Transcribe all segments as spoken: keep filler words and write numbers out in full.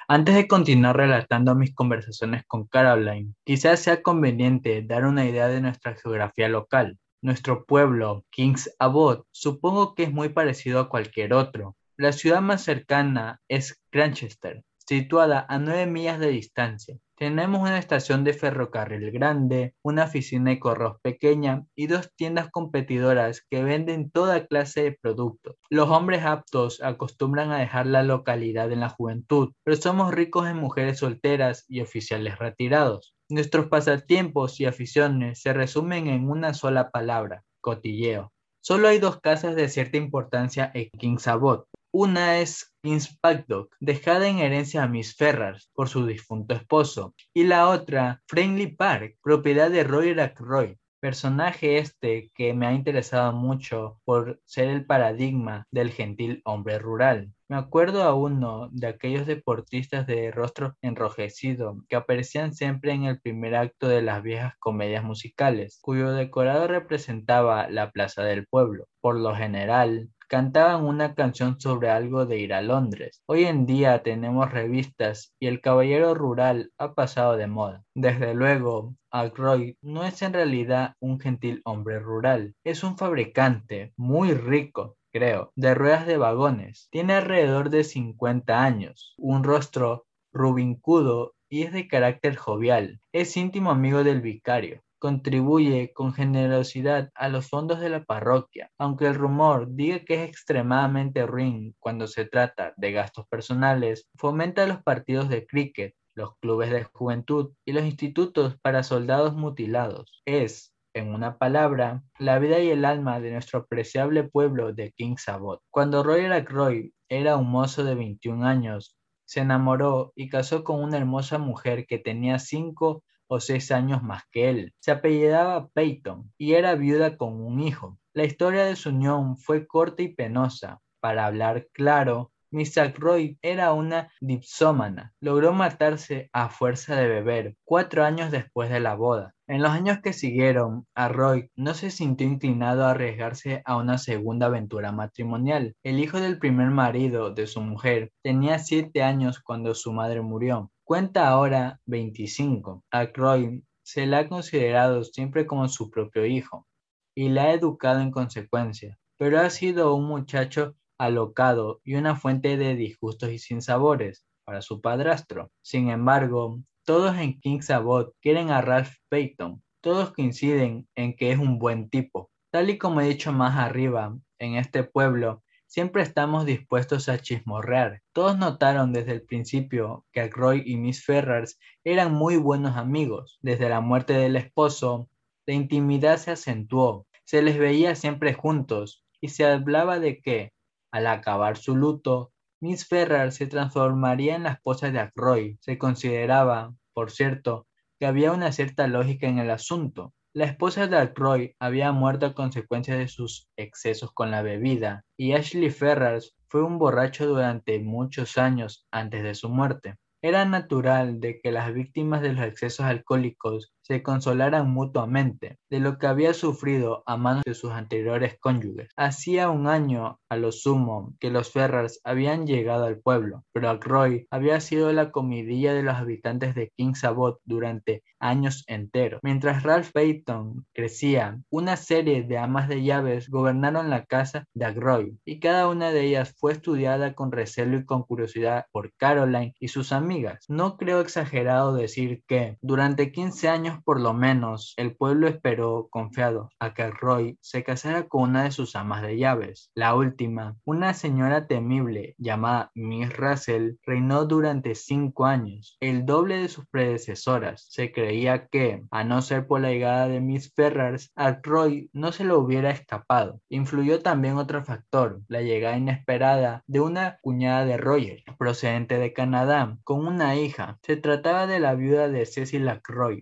Antes de continuar relatando mis conversaciones con Caroline, quizás sea conveniente dar una idea de nuestra geografía local. Nuestro pueblo, Kings Abot, supongo que es muy parecido a cualquier otro. La ciudad más cercana es Granchester, situada a nueve millas de distancia. Tenemos una estación de ferrocarril grande, una oficina de correos pequeña y dos tiendas competidoras que venden toda clase de productos. Los hombres aptos acostumbran a dejar la localidad en la juventud, pero somos ricos en mujeres solteras y oficiales retirados. Nuestros pasatiempos y aficiones se resumen en una sola palabra: cotilleo. Solo hay dos casas de cierta importancia en Kings Abot. Una es Kings Paddock, dejada en herencia a Miss Ferrars por su difunto esposo, y la otra, Friendly Park, propiedad de Roy Ackroyd, personaje este que me ha interesado mucho por ser el paradigma del gentil hombre rural. Me acuerdo a uno de aquellos deportistas de rostro enrojecido que aparecían siempre en el primer acto de las viejas comedias musicales, cuyo decorado representaba la plaza del pueblo. Por lo general, cantaban una canción sobre algo de ir a Londres. Hoy en día tenemos revistas y el caballero rural ha pasado de moda. Desde luego, Ackroyd no es en realidad un gentil hombre rural, es un fabricante muy rico, creo, de ruedas de vagones. Tiene alrededor de cincuenta años, un rostro rubincudo y es de carácter jovial. Es íntimo amigo del vicario. Contribuye con generosidad a los fondos de la parroquia, aunque el rumor diga que es extremadamente ruin cuando se trata de gastos personales. Fomenta los partidos de cricket, los clubes de juventud y los institutos para soldados mutilados. Es, en una palabra, la vida y el alma de nuestro apreciable pueblo de Kings Abot. Cuando Roger Ackroyd era un mozo de veintiún años, se enamoró y casó con una hermosa mujer que tenía cinco o seis años más que él. Se apellidaba Peyton y era viuda con un hijo. La historia de su unión fue corta y penosa. Para hablar claro, Miss Ackroyd era una dipsómana. Logró matarse a fuerza de beber cuatro años después de la boda. En los años que siguieron, Ackroyd no se sintió inclinado a arriesgarse a una segunda aventura matrimonial. El hijo del primer marido de su mujer tenía siete años cuando su madre murió. Cuenta ahora veinticinco. Ackroyd se la ha considerado siempre como su propio hijo y la ha educado en consecuencia, pero ha sido un muchacho alocado y una fuente de disgustos y sinsabores para su padrastro. Sin embargo, todos en Kings Abot quieren a Ralph Peyton. Todos coinciden en que es un buen tipo. Tal y como he dicho más arriba, en este pueblo siempre estamos dispuestos a chismorrear. Todos notaron desde el principio que Ackroyd y Miss Ferrars eran muy buenos amigos. Desde la muerte del esposo, la intimidad se acentuó. Se les veía siempre juntos y se hablaba de que, al acabar su luto, Miss Ferrars se transformaría en la esposa de Ackroyd. Se consideraba, por cierto, que había una cierta lógica en el asunto. La esposa de Ackroyd había muerto a consecuencia de sus excesos con la bebida, y Ashley Ferrars fue un borracho durante muchos años antes de su muerte. Era natural de que las víctimas de los excesos alcohólicos se consolaran mutuamente de lo que había sufrido a manos de sus anteriores cónyuges. Hacía un año, a lo sumo, que los Ferrars habían llegado al pueblo, pero Ackroyd había sido la comidilla de los habitantes de Kings Abot durante años enteros. Mientras Ralph Peyton crecía, una serie de amas de llaves gobernaron la casa de Ackroyd, y cada una de ellas fue estudiada con recelo y con curiosidad por Caroline y sus amigas. No creo exagerado decir que, durante quince años por lo menos, el pueblo esperó confiado a que Ackroyd se casara con una de sus amas de llaves. La última, una señora temible llamada Miss Russell, reinó durante cinco años, el doble de sus predecesoras. Se creía que, a no ser por la llegada de Miss Ferrars, Ackroyd no se lo hubiera escapado. Influyó también otro factor, la llegada inesperada de una cuñada de Roger, procedente de Canadá, con una hija. Se trataba de la viuda de Cecil Ackroyd, hermana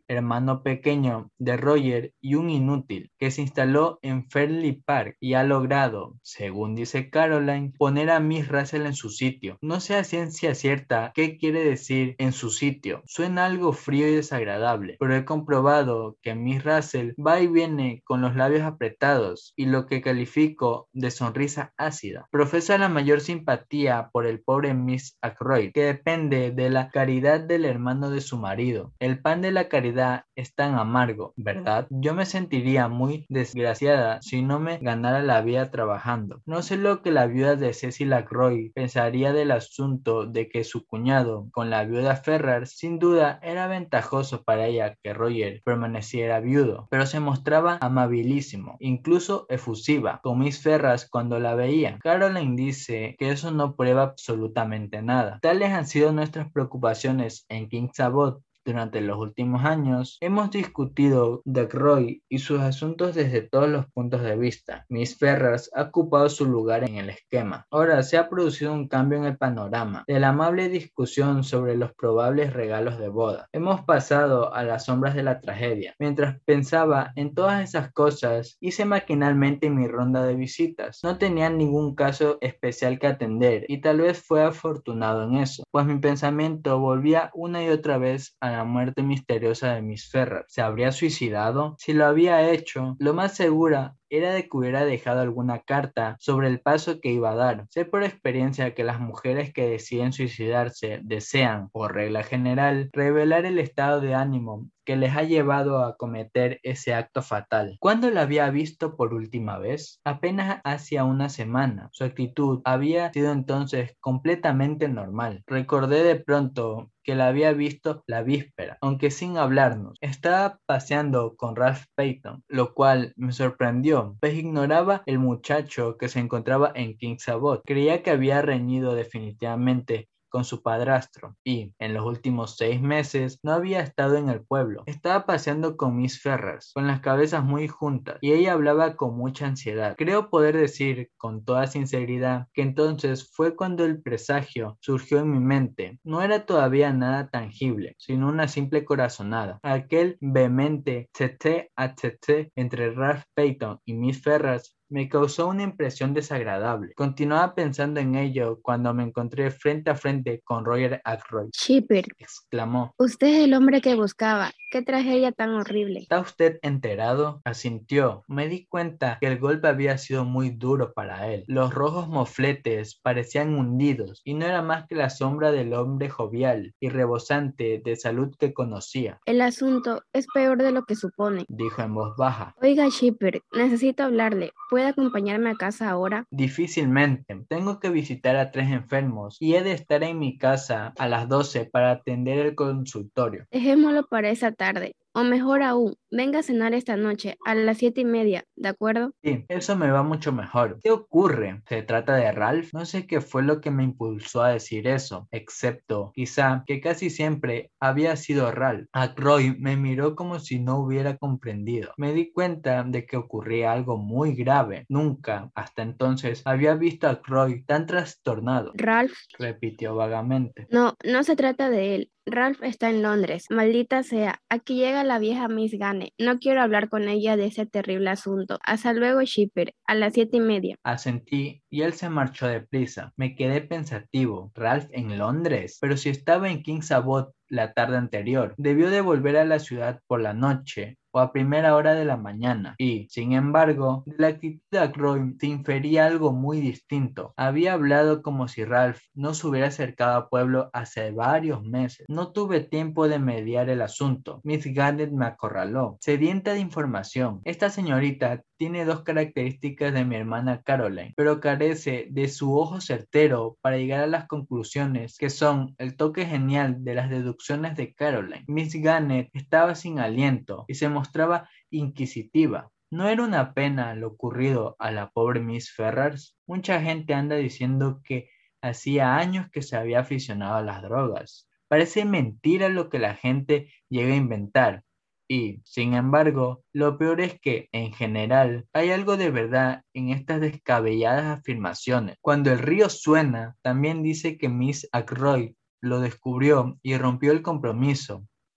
hermano pequeño de Roger y un inútil, que se instaló en Fairley Park y ha logrado, según dice Caroline, poner a Miss Russell en su sitio. No sé a ciencia cierta qué quiere decir en su sitio. Suena algo frío y desagradable, pero he comprobado que Miss Russell va y viene con los labios apretados y lo que califico de sonrisa ácida. Profesa la mayor simpatía por el pobre Miss Ackroyd, que depende de la caridad del hermano de su marido. El pan de la caridad es tan amargo, ¿verdad? Yo me sentiría muy desgraciada si no me ganara la vida trabajando. No sé lo que la viuda de Cecil Ackroyd pensaría del asunto de que su cuñado con la viuda Ferrars. Sin duda era ventajoso para ella que Roger permaneciera viudo, pero se mostraba amabilísimo, incluso efusiva con Miss Ferrars cuando la veía. Caroline dice que eso no prueba absolutamente nada. Tales han sido nuestras preocupaciones en King's Abbot durante los últimos años. Hemos discutido de Ackroyd y sus asuntos desde todos los puntos de vista. Miss Ferrars ha ocupado su lugar en el esquema. Ahora se ha producido un cambio en el panorama. De la amable discusión sobre los probables regalos de boda, hemos pasado a las sombras de la tragedia. Mientras pensaba en todas esas cosas, hice maquinalmente mi ronda de visitas. No tenía ningún caso especial que atender y tal vez fue afortunado en eso, pues mi pensamiento volvía una y otra vez a la muerte misteriosa de Miss Ferrars. ¿Se habría suicidado? Si lo había hecho, lo más segura era de que hubiera dejado alguna carta sobre el paso que iba a dar. Sé por experiencia que las mujeres que deciden suicidarse desean, por regla general, revelar el estado de ánimo que les ha llevado a cometer ese acto fatal. ¿Cuándo la había visto por última vez? Apenas hacía una semana. Su actitud había sido entonces completamente normal. Recordé de pronto que la había visto la víspera, aunque sin hablarnos. Estaba paseando con Ralph Peyton, lo cual me sorprendió, pues ignoraba el muchacho que se encontraba en King's Abbot. Creía que había reñido definitivamente con su padrastro y, en los últimos seis meses, no había estado en el pueblo. Estaba paseando con Miss Ferrars, con las cabezas muy juntas, y ella hablaba con mucha ansiedad. Creo poder decir con toda sinceridad que entonces fue cuando el presagio surgió en mi mente. No era todavía nada tangible, sino una simple corazonada. Aquel vehemente tete a tete entre Ralph Peyton y Miss Ferrars me causó una impresión desagradable. Continuaba pensando en ello cuando me encontré frente a frente con Roger Ackroyd. Chipper, Exclamó. usted es el hombre que buscaba. ¡Qué tragedia tan horrible! ¿Está usted enterado? Asintió. Me di cuenta que el golpe había sido muy duro para él. Los rojos mofletes parecían hundidos y no era más que la sombra del hombre jovial y rebosante de salud que conocía. El asunto es peor de lo que supone, dijo en voz baja. Oiga, Chipper, necesito hablarle. ¿Puede acompañarme a casa ahora? Difícilmente. Tengo que visitar a tres enfermos y he de estar en mi casa a las doce para atender el consultorio. Dejémoslo para esa tarde. O mejor aún, venga a cenar esta noche a las siete y media, ¿de acuerdo? Sí, eso me va mucho mejor. ¿Qué ocurre? ¿Se trata de Ralph? No sé qué fue lo que me impulsó a decir eso, excepto, quizá, que casi siempre había sido Ralph. Ackroyd me miró como si no hubiera comprendido. Me di cuenta de que ocurría algo muy grave. Nunca, hasta entonces, había visto a Ackroyd tan trastornado, Ralph, repitió vagamente. no, no se trata de él. Ralph está en Londres. Maldita sea, aquí llega la vieja Miss Gane. No quiero hablar con ella de ese terrible asunto. Hasta luego, Chipper. A las siete y media. Asentí y él se marchó deprisa. Me quedé pensativo. ¿Ralph en Londres? Pero si estaba en King's Abbot la tarde anterior, debió de volver a la ciudad por la noche o a primera hora de la mañana, y, sin embargo, de la actitud de Ackroyd se infería algo muy distinto. Había hablado como si Ralph no se hubiera acercado al pueblo hace varios meses. No tuve tiempo de mediar el asunto. Miss Garnett me acorraló, sedienta de información. Esta señorita tiene dos características de mi hermana Caroline, pero carece de su ojo certero para llegar a las conclusiones, que son el toque genial de las deducciones de Caroline. Miss Garnett estaba sin aliento y se mostraba inquisitiva. ¿No era una pena lo ocurrido a la pobre Miss Ferrars? Mucha gente anda diciendo que hacía años que se había aficionado a las drogas. Parece mentira lo que la gente llega a inventar. Y, sin embargo, lo peor es que, en general, hay algo de verdad en estas descabelladas afirmaciones. Cuando el río suena, también dice que Miss Ackroyd lo descubrió y rompió el compromiso.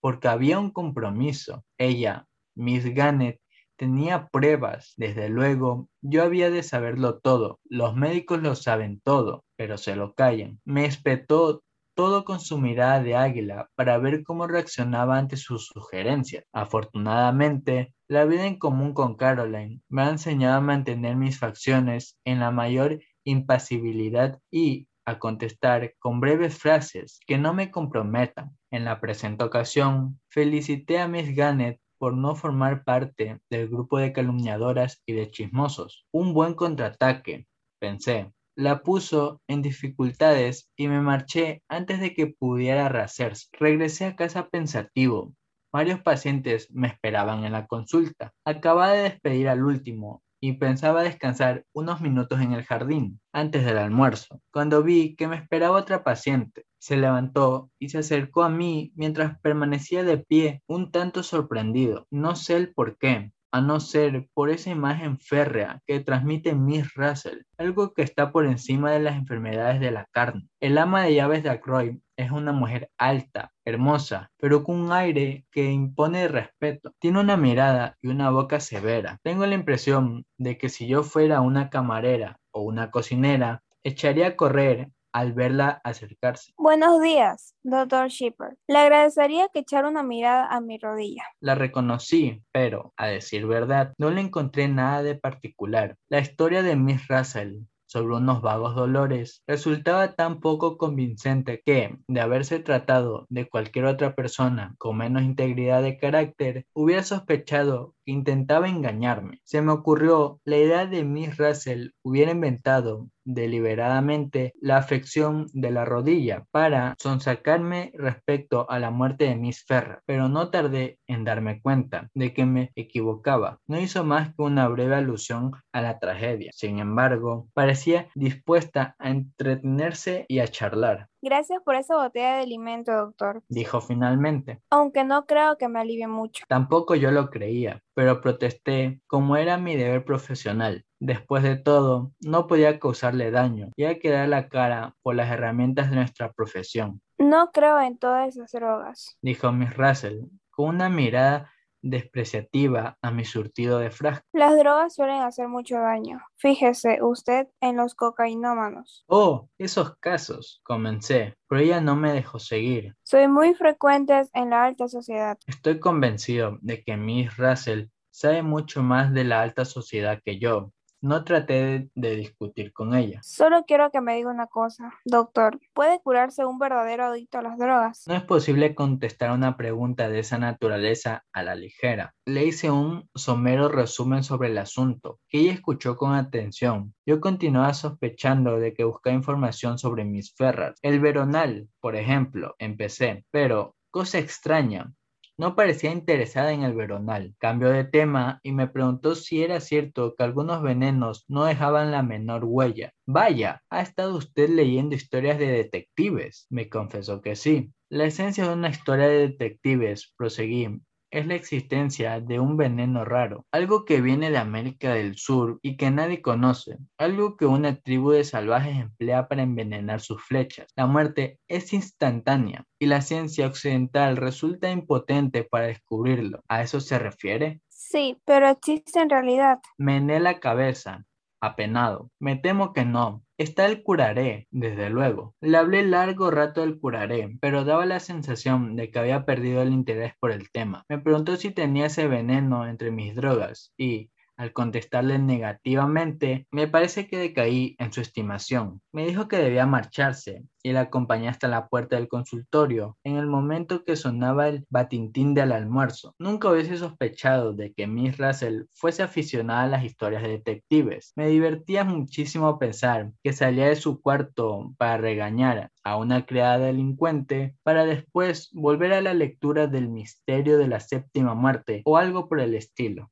porque había un compromiso. Ella, Miss Gannett, tenía pruebas. Desde luego, yo había de saberlo todo. Los médicos lo saben todo, pero se lo callan. Me espetó todo con su mirada de águila para ver cómo reaccionaba ante sus sugerencias. Afortunadamente, la vida en común con Caroline me ha enseñado a mantener mis facciones en la mayor impasibilidad y a contestar con breves frases que no me comprometan. En la presente ocasión, felicité a Miss Gannett por no formar parte del grupo de calumniadoras y de chismosos. Un buen contraataque, pensé. La puso en dificultades y me marché antes de que pudiera rehacerse. Regresé a casa pensativo. Varios pacientes me esperaban en la consulta. Acababa de despedir al último y pensaba descansar unos minutos en el jardín antes del almuerzo, cuando vi que me esperaba otra paciente. Se levantó y se acercó a mí mientras permanecía de pie, un tanto sorprendido. No sé el por qué, a no ser por esa imagen férrea que transmite Miss Russell, algo que está por encima de las enfermedades de la carne. El ama de llaves de Ackroyd es una mujer alta, hermosa, pero con un aire que impone respeto. Tiene una mirada y una boca severa. Tengo la impresión de que si yo fuera una camarera o una cocinera, echaría a correr al verla acercarse. Buenos días, doctor Shipper. Le agradecería que echara una mirada a mi rodilla. La reconocí, pero, a decir verdad, no le encontré nada de particular. La historia de Miss Russell sobre unos vagos dolores resultaba tan poco convincente que, de haberse tratado de cualquier otra persona con menos integridad de carácter, hubiera sospechado que intentaba engañarme. Se me ocurrió la idea de Miss Russell hubiera inventado deliberadamente la afección de la rodilla para sonsacarme respecto a la muerte de Miss Ferrer, pero no tardé en darme cuenta de que me equivocaba. No hizo más que una breve alusión a la tragedia. Sin embargo, parecía dispuesta a entretenerse y a charlar. Gracias por esa botella de alimento, doctor, dijo finalmente. Aunque no creo que me alivie mucho. Tampoco yo lo creía, pero protesté como era mi deber profesional. Después de todo, no podía causarle daño y hay que dar la cara por las herramientas de nuestra profesión. No creo en todas esas drogas, dijo Miss Russell, con una mirada despreciativa a mi surtido de frascos. Las drogas suelen hacer mucho daño. Fíjese usted en los cocainómanos. Oh, esos casos, comencé, pero ella no me dejó seguir. Son muy frecuentes en la alta sociedad. Estoy convencido de que Miss Russell sabe mucho más de la alta sociedad que yo. No traté de, de discutir con ella. Solo quiero que me diga una cosa, doctor. ¿Puede curarse un verdadero adicto a las drogas? No es posible contestar una pregunta de esa naturaleza a la ligera. Le hice un somero resumen sobre el asunto, que ella escuchó con atención. Yo continuaba sospechando de que buscaba información sobre Miss Ferrer. El veronal, por ejemplo, empecé, pero, cosa extraña, no parecía interesada en el veronal. Cambió de tema y me preguntó si era cierto que algunos venenos no dejaban la menor huella. Vaya, ¿ha estado usted leyendo historias de detectives? Me confesó que sí. La esencia de una historia de detectives, proseguí, es la existencia de un veneno raro, algo que viene de América del Sur y que nadie conoce, algo que una tribu de salvajes emplea para envenenar sus flechas. La muerte es instantánea y la ciencia occidental resulta impotente para descubrirlo. ¿A eso se refiere? Sí, pero existe en realidad. Mené la cabeza, apenado. Me temo que no. Está el curaré, desde luego. Le hablé largo rato del curaré, pero daba la sensación de que había perdido el interés por el tema. Me preguntó si tenía ese veneno entre mis drogas y, al contestarle negativamente, me parece que decaí en su estimación. Me dijo que debía marcharse y la acompañé hasta la puerta del consultorio en el momento que sonaba el batintín del almuerzo. Nunca hubiese sospechado de que Miss Russell fuese aficionada a las historias de detectives. Me divertía muchísimo pensar que salía de su cuarto para regañar a una criada delincuente para después volver a la lectura del misterio de la séptima muerte o algo por el estilo.